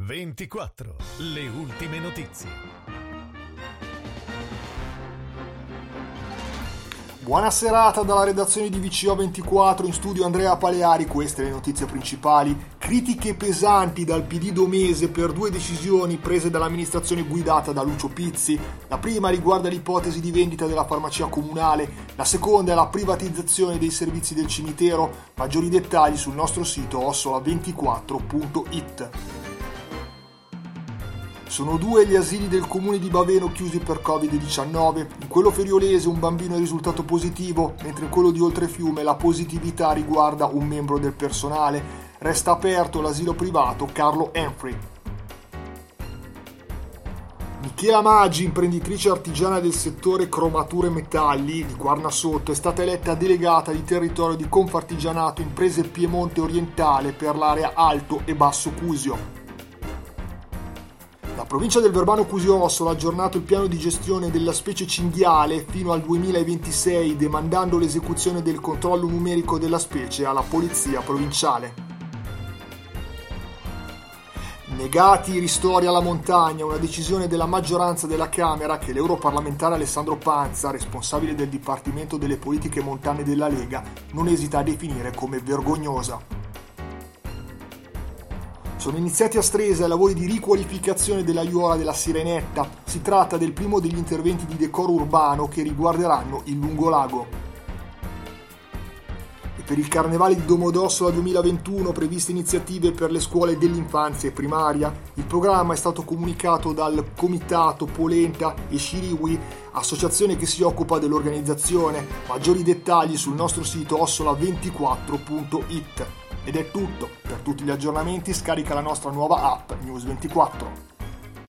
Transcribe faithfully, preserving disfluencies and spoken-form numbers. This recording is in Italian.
ventiquattro, le ultime notizie. Buona serata dalla redazione di V C O ventiquattro, in studio Andrea Paleari. Queste le notizie principali. Critiche pesanti dal P D domese per due decisioni prese dall'amministrazione guidata da Lucio Pizzi. La prima riguarda l'ipotesi di vendita della farmacia comunale, la seconda è la privatizzazione dei servizi del cimitero. Maggiori dettagli sul nostro sito ossola ventiquattro punto it. Sono due gli asili del comune di Baveno chiusi per covid diciannove. In quello feriolese un bambino è risultato positivo, mentre in quello di Oltrefiume la positività riguarda un membro del personale. Resta aperto l'asilo privato Carlo Enfri. Michela Maggi, imprenditrice artigiana del settore cromature metalli di Guarnasotto, è stata eletta delegata di territorio di Confartigianato Imprese Piemonte Orientale per l'area Alto e Basso Cusio. La provincia del Verbano-Cusio-Ossola ha aggiornato il piano di gestione della specie cinghiale fino al duemilaventisei, demandando l'esecuzione del controllo numerico della specie alla Polizia Provinciale. Negati i ristori alla montagna, una decisione della maggioranza della Camera che l'europarlamentare Alessandro Panza, responsabile del Dipartimento delle Politiche Montane della Lega, non esita a definire come vergognosa. Sono iniziati a Stresa i lavori di riqualificazione della aiuola della Sirenetta. Si tratta del primo degli interventi di decoro urbano che riguarderanno il lungolago. E per il Carnevale di Domodossola duemilaventuno previste iniziative per le scuole dell'infanzia e primaria. Il programma è stato comunicato dal Comitato Polenta e Shiriwi, associazione che si occupa dell'organizzazione. Maggiori dettagli sul nostro sito ossola ventiquattro punto it. Ed è tutto. Per tutti gli aggiornamenti scarica la nostra nuova app News ventiquattro.